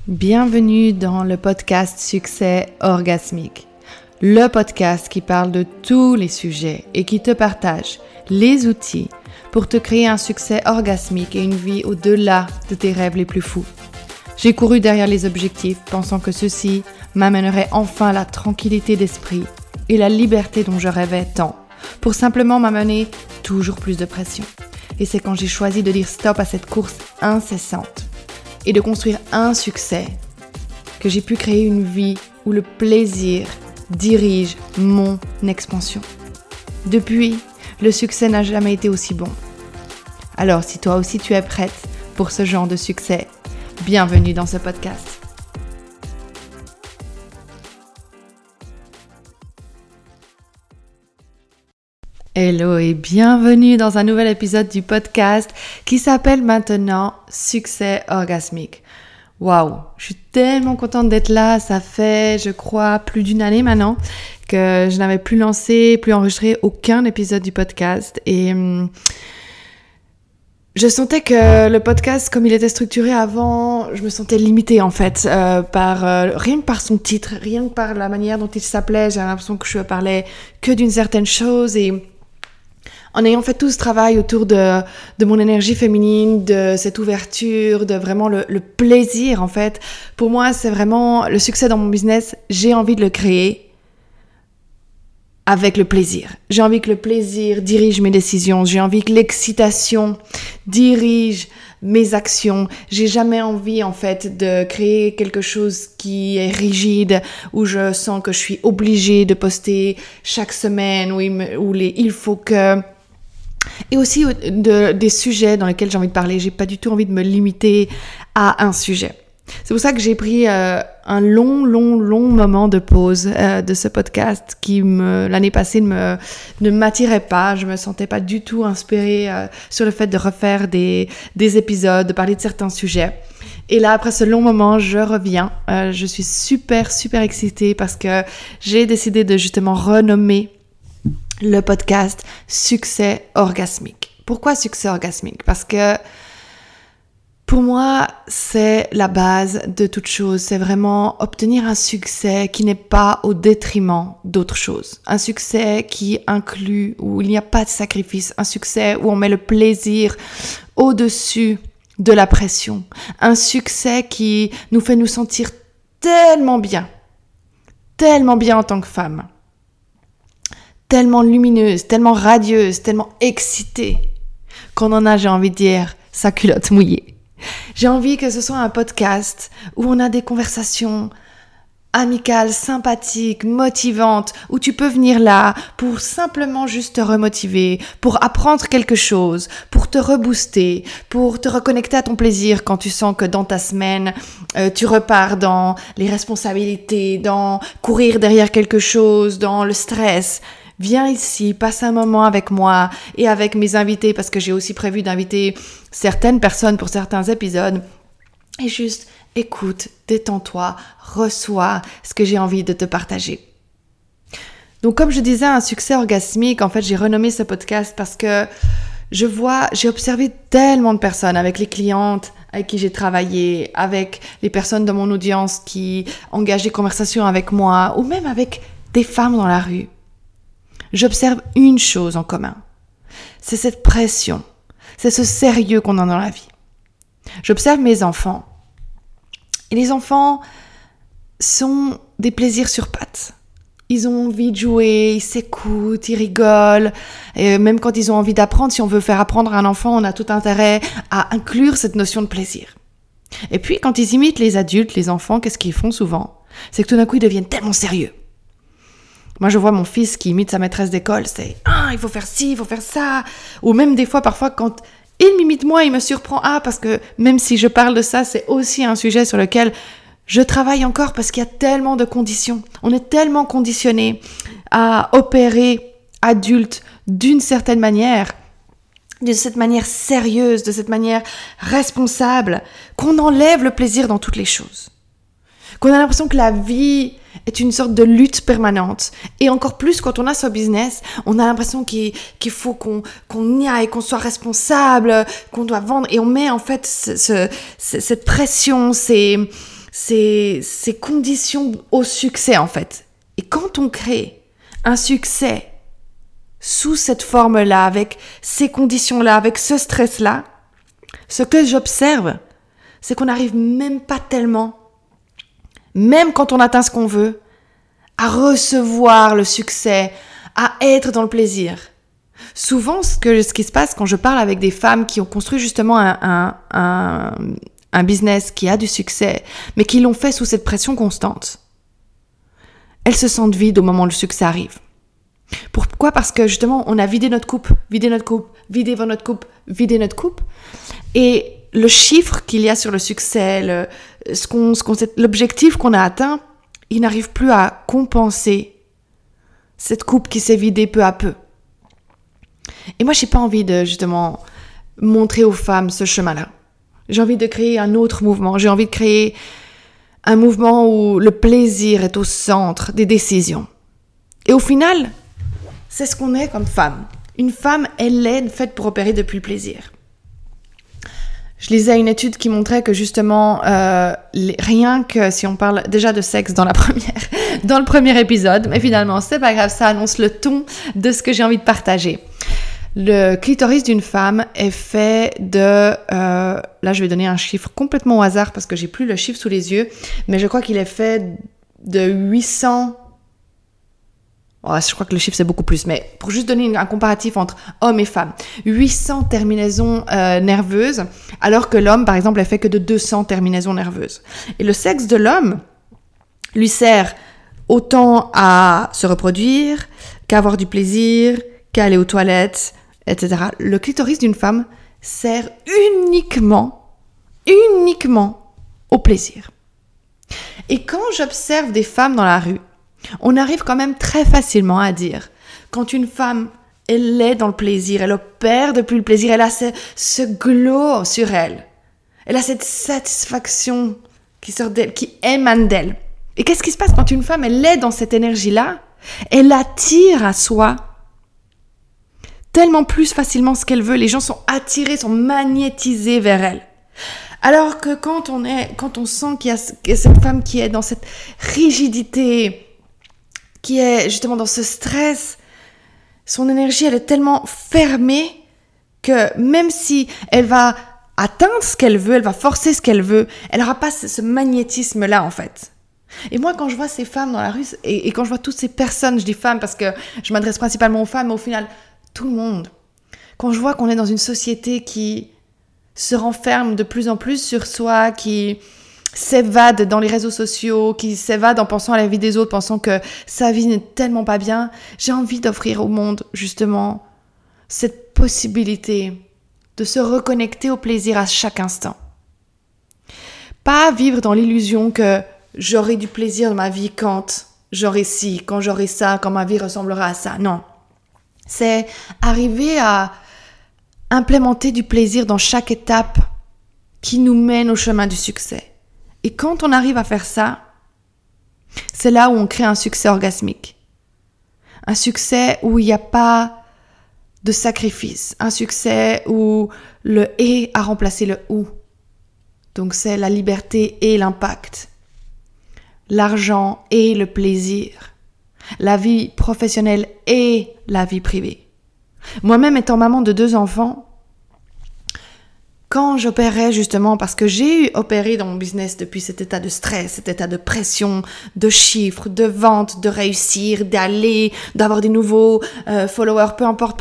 Bienvenue dans le podcast Succès Orgasmique, le podcast qui parle de tous les sujets et qui te partage les outils pour te créer un succès orgasmique et une vie au-delà de tes rêves les plus fous. J'ai couru derrière les objectifs pensant que ceux-ci m'amèneraient enfin la tranquillité d'esprit et la liberté dont je rêvais tant, pour simplement m'amener toujours plus de pression. Et c'est quand j'ai choisi de dire stop à cette course incessante et de construire un succès que j'ai pu créer une vie où le plaisir dirige mon expansion. Depuis, le succès n'a jamais été aussi bon. Alors si toi aussi tu es prête pour ce genre de succès, bienvenue dans ce podcast. Hello et bienvenue dans un nouvel épisode du podcast qui s'appelle maintenant Succès Orgasmique. Waouh, je suis tellement contente d'être là, ça fait je crois plus d'une année maintenant que je n'avais plus enregistré aucun épisode du podcast et je sentais que le podcast, comme il était structuré avant, je me sentais limitée en fait, rien que par son titre, rien que par la manière dont il s'appelait, j'avais l'impression que je parlais que d'une certaine chose et en ayant fait tout ce travail autour de mon énergie féminine, de cette ouverture, de vraiment le plaisir en fait, pour moi c'est vraiment le succès dans mon business, j'ai envie de le créer avec le plaisir. J'ai envie que le plaisir dirige mes décisions, j'ai envie que l'excitation dirige mes actions. J'ai jamais envie en fait de créer quelque chose qui est rigide, où je sens que je suis obligée de poster chaque semaine, il faut que... Et aussi des sujets dans lesquels j'ai envie de parler. J'ai pas du tout envie de me limiter à un sujet. C'est pour ça que j'ai pris un long moment de pause de ce podcast qui l'année passée ne m'attirait pas. Je me sentais pas du tout inspirée sur le fait de refaire des épisodes, de parler de certains sujets. Et là, après ce long moment, je reviens. Je suis super excitée parce que j'ai décidé de justement renommer le podcast Succès Orgasmique. Pourquoi Succès Orgasmique? Parce que pour moi, c'est la base de toute chose. C'est vraiment obtenir un succès qui n'est pas au détriment d'autres choses. Un succès qui inclut, où il n'y a pas de sacrifice. Un succès où on met le plaisir au-dessus de la pression. Un succès qui nous fait nous sentir tellement bien en tant que femme. Tellement lumineuse, tellement radieuse, tellement excitée qu'on en a, j'ai envie de dire, sa culotte mouillée. J'ai envie que ce soit un podcast où on a des conversations amicales, sympathiques, motivantes, où tu peux venir là pour simplement juste te remotiver, pour apprendre quelque chose, pour te rebooster, pour te reconnecter à ton plaisir quand tu sens que dans ta semaine, tu repars dans les responsabilités, dans courir derrière quelque chose, dans le stress. Viens ici, passe un moment avec moi et avec mes invités parce que j'ai aussi prévu d'inviter certaines personnes pour certains épisodes. Et juste écoute, détends-toi, reçois ce que j'ai envie de te partager. Donc comme je disais, un succès orgasmique, en fait j'ai renommé ce podcast parce que j'ai observé tellement de personnes avec les clientes avec qui j'ai travaillé, avec les personnes de mon audience qui engagent des conversations avec moi ou même avec des femmes dans la rue. J'observe une chose en commun, c'est cette pression, c'est ce sérieux qu'on a dans la vie. J'observe mes enfants, et les enfants sont des plaisirs sur pattes. Ils ont envie de jouer, ils s'écoutent, ils rigolent, et même quand ils ont envie d'apprendre, si on veut faire apprendre à un enfant, on a tout intérêt à inclure cette notion de plaisir. Et puis quand ils imitent les adultes, les enfants, qu'est-ce qu'ils font souvent? C'est que tout d'un coup, ils deviennent tellement sérieux. Moi, je vois mon fils qui imite sa maîtresse d'école, c'est « Ah, il faut faire ci, il faut faire ça !» Ou même des fois, parfois, quand il m'imite moi, il me surprend. Ah, parce que même si je parle de ça, c'est aussi un sujet sur lequel je travaille encore parce qu'il y a tellement de conditions. On est tellement conditionnés à opérer adulte d'une certaine manière, de cette manière sérieuse, de cette manière responsable, qu'on enlève le plaisir dans toutes les choses. Qu'on a l'impression que la vie est une sorte de lutte permanente. Et encore plus quand on a ce business, on a l'impression qu'il faut qu'on y aille, qu'on soit responsable, qu'on doit vendre. Et on met en fait cette pression, ces conditions au succès en fait. Et quand on crée un succès sous cette forme-là, avec ces conditions-là, avec ce stress-là, ce que j'observe, c'est qu'on n'arrive même pas tellement, même quand on atteint ce qu'on veut, à recevoir le succès, à être dans le plaisir. Souvent, ce qui se passe quand je parle avec des femmes qui ont construit justement un business qui a du succès, mais qui l'ont fait sous cette pression constante, elles se sentent vides au moment où le succès arrive. Pourquoi ? Parce que justement, on a vidé notre coupe, vidé notre coupe. Et le chiffre qu'il y a sur le succès, l'objectif qu'on a atteint, il n'arrive plus à compenser cette coupe qui s'est vidée peu à peu. Et moi, j'ai pas envie de justement montrer aux femmes ce chemin-là. J'ai envie de créer un autre mouvement. J'ai envie de créer un mouvement où le plaisir est au centre des décisions. Et au final, c'est ce qu'on est comme femme. Une femme, elle est faite pour opérer depuis le plaisir. Je lisais une étude qui montrait que justement, rien que si on parle déjà de sexe dans le premier épisode, mais finalement, c'est pas grave, ça annonce le ton de ce que j'ai envie de partager. Le clitoris d'une femme est fait de... là, je vais donner un chiffre complètement au hasard parce que j'ai plus le chiffre sous les yeux, mais je crois qu'il est fait de 800... Oh, je crois que le chiffre, c'est beaucoup plus, mais pour juste donner un comparatif entre hommes et femmes, 800 terminaisons nerveuses, alors que l'homme, par exemple, est fait que de 200 terminaisons nerveuses. Et le sexe de l'homme lui sert autant à se reproduire, qu'à avoir du plaisir, qu'à aller aux toilettes, etc. Le clitoris d'une femme sert uniquement au plaisir. Et quand j'observe des femmes dans la rue, on arrive quand même très facilement à dire quand une femme, elle est dans le plaisir, elle opère depuis le plaisir, elle a ce glow sur elle. Elle a cette satisfaction qui sort d'elle, qui émane d'elle. Et qu'est-ce qui se passe quand une femme, elle est dans cette énergie-là ? Elle attire à soi tellement plus facilement ce qu'elle veut. Les gens sont attirés, sont magnétisés vers elle. Alors que quand on sent qu'il y a cette femme qui est dans cette rigidité, qui est justement dans ce stress, son énergie, elle est tellement fermée que même si elle va atteindre ce qu'elle veut, elle va forcer ce qu'elle veut, elle n'aura pas ce magnétisme-là, en fait. Et moi, quand je vois ces femmes dans la rue, et quand je vois toutes ces personnes, je dis femmes parce que je m'adresse principalement aux femmes, mais au final, tout le monde. Quand je vois qu'on est dans une société qui se renferme de plus en plus sur soi, qui s'évade dans les réseaux sociaux, qui s'évade en pensant à la vie des autres, pensant que sa vie n'est tellement pas bien, j'ai envie d'offrir au monde, justement, cette possibilité de se reconnecter au plaisir à chaque instant. Pas vivre dans l'illusion que j'aurai du plaisir dans ma vie quand j'aurai ci, quand j'aurai ça, quand ma vie ressemblera à ça. Non. C'est arriver à implémenter du plaisir dans chaque étape qui nous mène au chemin du succès. Et quand on arrive à faire ça, c'est là où on crée un succès orgasmique. Un succès où il n'y a pas de sacrifice. Un succès où le « et » a remplacé le « ou ». Donc c'est la liberté et l'impact. L'argent et le plaisir. La vie professionnelle et la vie privée. Moi-même étant maman de 2 enfants, quand j'opérais justement, parce que j'ai opéré dans mon business depuis cet état de stress, cet état de pression, de chiffres, de vente, de réussir, d'aller, d'avoir des nouveaux followers, peu importe,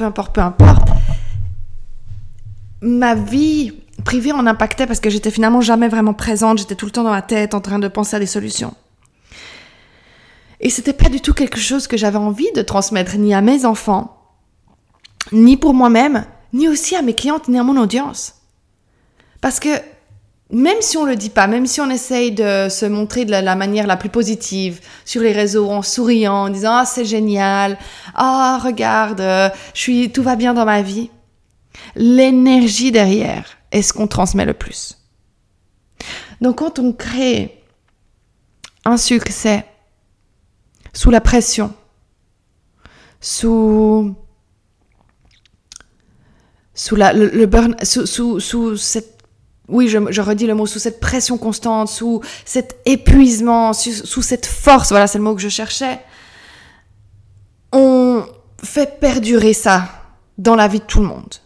ma vie privée en impactait parce que j'étais finalement jamais vraiment présente, j'étais tout le temps dans ma tête en train de penser à des solutions. Et c'était pas du tout quelque chose que j'avais envie de transmettre ni à mes enfants, ni pour moi-même, ni aussi à mes clientes, ni à mon audience. Parce que même si on le dit pas, même si on essaye de se montrer de la manière la plus positive sur les réseaux en souriant, en disant « Ah, c'est génial, ah, regarde, tout va bien dans ma vie », l'énergie derrière est ce qu'on transmet le plus. Donc quand on crée un succès sous la pression, sous le burn, sous cette oui, je redis le mot, sous cette pression constante, sous cet épuisement, sous cette force, voilà, c'est le mot que je cherchais, on fait perdurer ça dans la vie de tout le monde.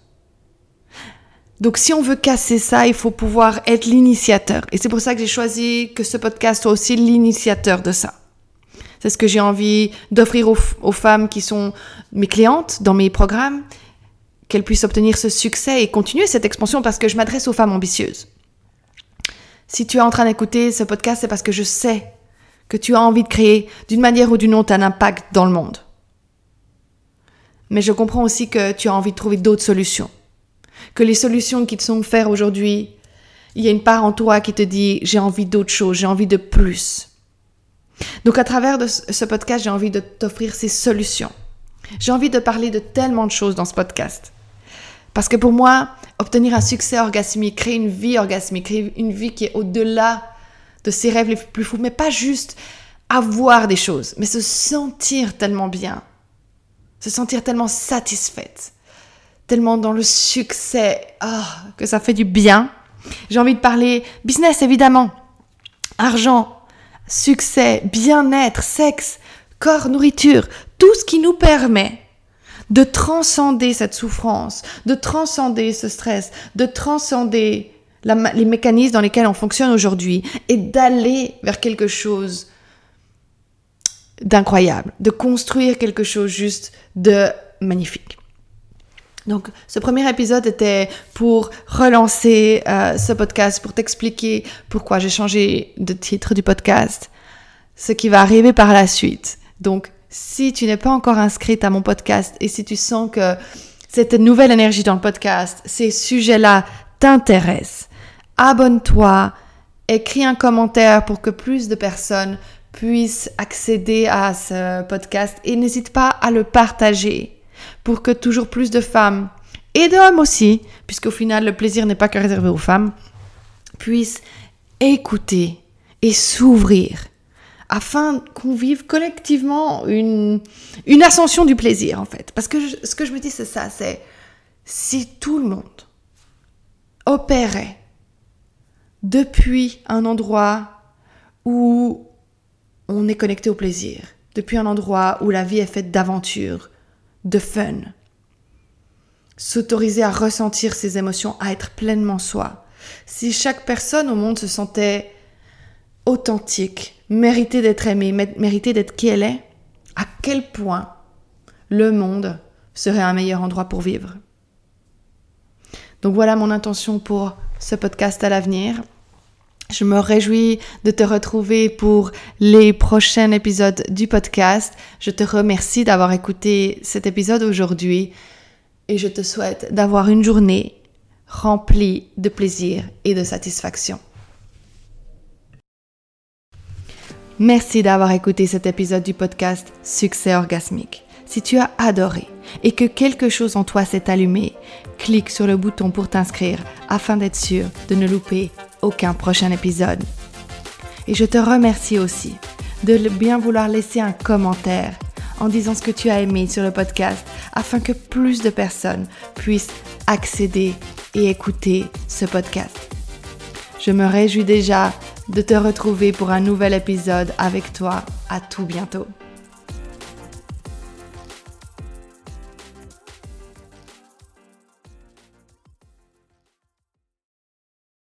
Donc si on veut casser ça, il faut pouvoir être l'initiateur. Et c'est pour ça que j'ai choisi que ce podcast soit aussi l'initiateur de ça. C'est ce que j'ai envie d'offrir aux femmes qui sont mes clientes dans mes programmes, qu'elles puissent obtenir ce succès et continuer cette expansion parce que je m'adresse aux femmes ambitieuses. Si tu es en train d'écouter ce podcast, c'est parce que je sais que tu as envie de créer d'une manière ou d'une autre un impact dans le monde. Mais je comprends aussi que tu as envie de trouver d'autres solutions. Que les solutions qui te sont offertes aujourd'hui, il y a une part en toi qui te dit « j'ai envie d'autre chose, j'ai envie de plus ». Donc à travers de ce podcast, j'ai envie de t'offrir ces solutions. J'ai envie de parler de tellement de choses dans ce podcast. Parce que pour moi, obtenir un succès orgasmique, créer une vie orgasmique, créer une vie qui est au-delà de ses rêves les plus fous, mais pas juste avoir des choses, mais se sentir tellement bien, se sentir tellement satisfaite, tellement dans le succès, que ça fait du bien. J'ai envie de parler business, évidemment, argent, succès, bien-être, sexe, corps, nourriture, tout ce qui nous permet de transcender cette souffrance, de transcender ce stress, de transcender les mécanismes dans lesquels on fonctionne aujourd'hui et d'aller vers quelque chose d'incroyable, de construire quelque chose juste de magnifique. Donc, ce premier épisode était pour relancer ce podcast, pour t'expliquer pourquoi j'ai changé de titre du podcast, ce qui va arriver par la suite. Donc, si tu n'es pas encore inscrite à mon podcast et si tu sens que cette nouvelle énergie dans le podcast, ces sujets-là t'intéressent, abonne-toi, écris un commentaire pour que plus de personnes puissent accéder à ce podcast et n'hésite pas à le partager pour que toujours plus de femmes et d'hommes aussi, puisqu'au final le plaisir n'est pas que réservé aux femmes, puissent écouter et s'ouvrir afin qu'on vive collectivement une ascension du plaisir en fait. Parce que ce que je me dis c'est ça, c'est si tout le monde opérait depuis un endroit où on est connecté au plaisir, depuis un endroit où la vie est faite d'aventures, de fun, s'autoriser à ressentir ses émotions, à être pleinement soi. Si chaque personne au monde se sentait authentique, méritée d'être aimée, méritée d'être qui elle est, à quel point le monde serait un meilleur endroit pour vivre. Donc voilà mon intention pour ce podcast à l'avenir. Je me réjouis de te retrouver pour les prochains épisodes du podcast. Je te remercie d'avoir écouté cet épisode aujourd'hui et je te souhaite d'avoir une journée remplie de plaisir et de satisfaction. Merci d'avoir écouté cet épisode du podcast Succès orgasmique. Si tu as adoré et que quelque chose en toi s'est allumé, clique sur le bouton pour t'inscrire afin d'être sûr de ne louper aucun prochain épisode. Et je te remercie aussi de bien vouloir laisser un commentaire en disant ce que tu as aimé sur le podcast afin que plus de personnes puissent accéder et écouter ce podcast. Je me réjouis déjà de te retrouver pour un nouvel épisode avec toi. À tout bientôt.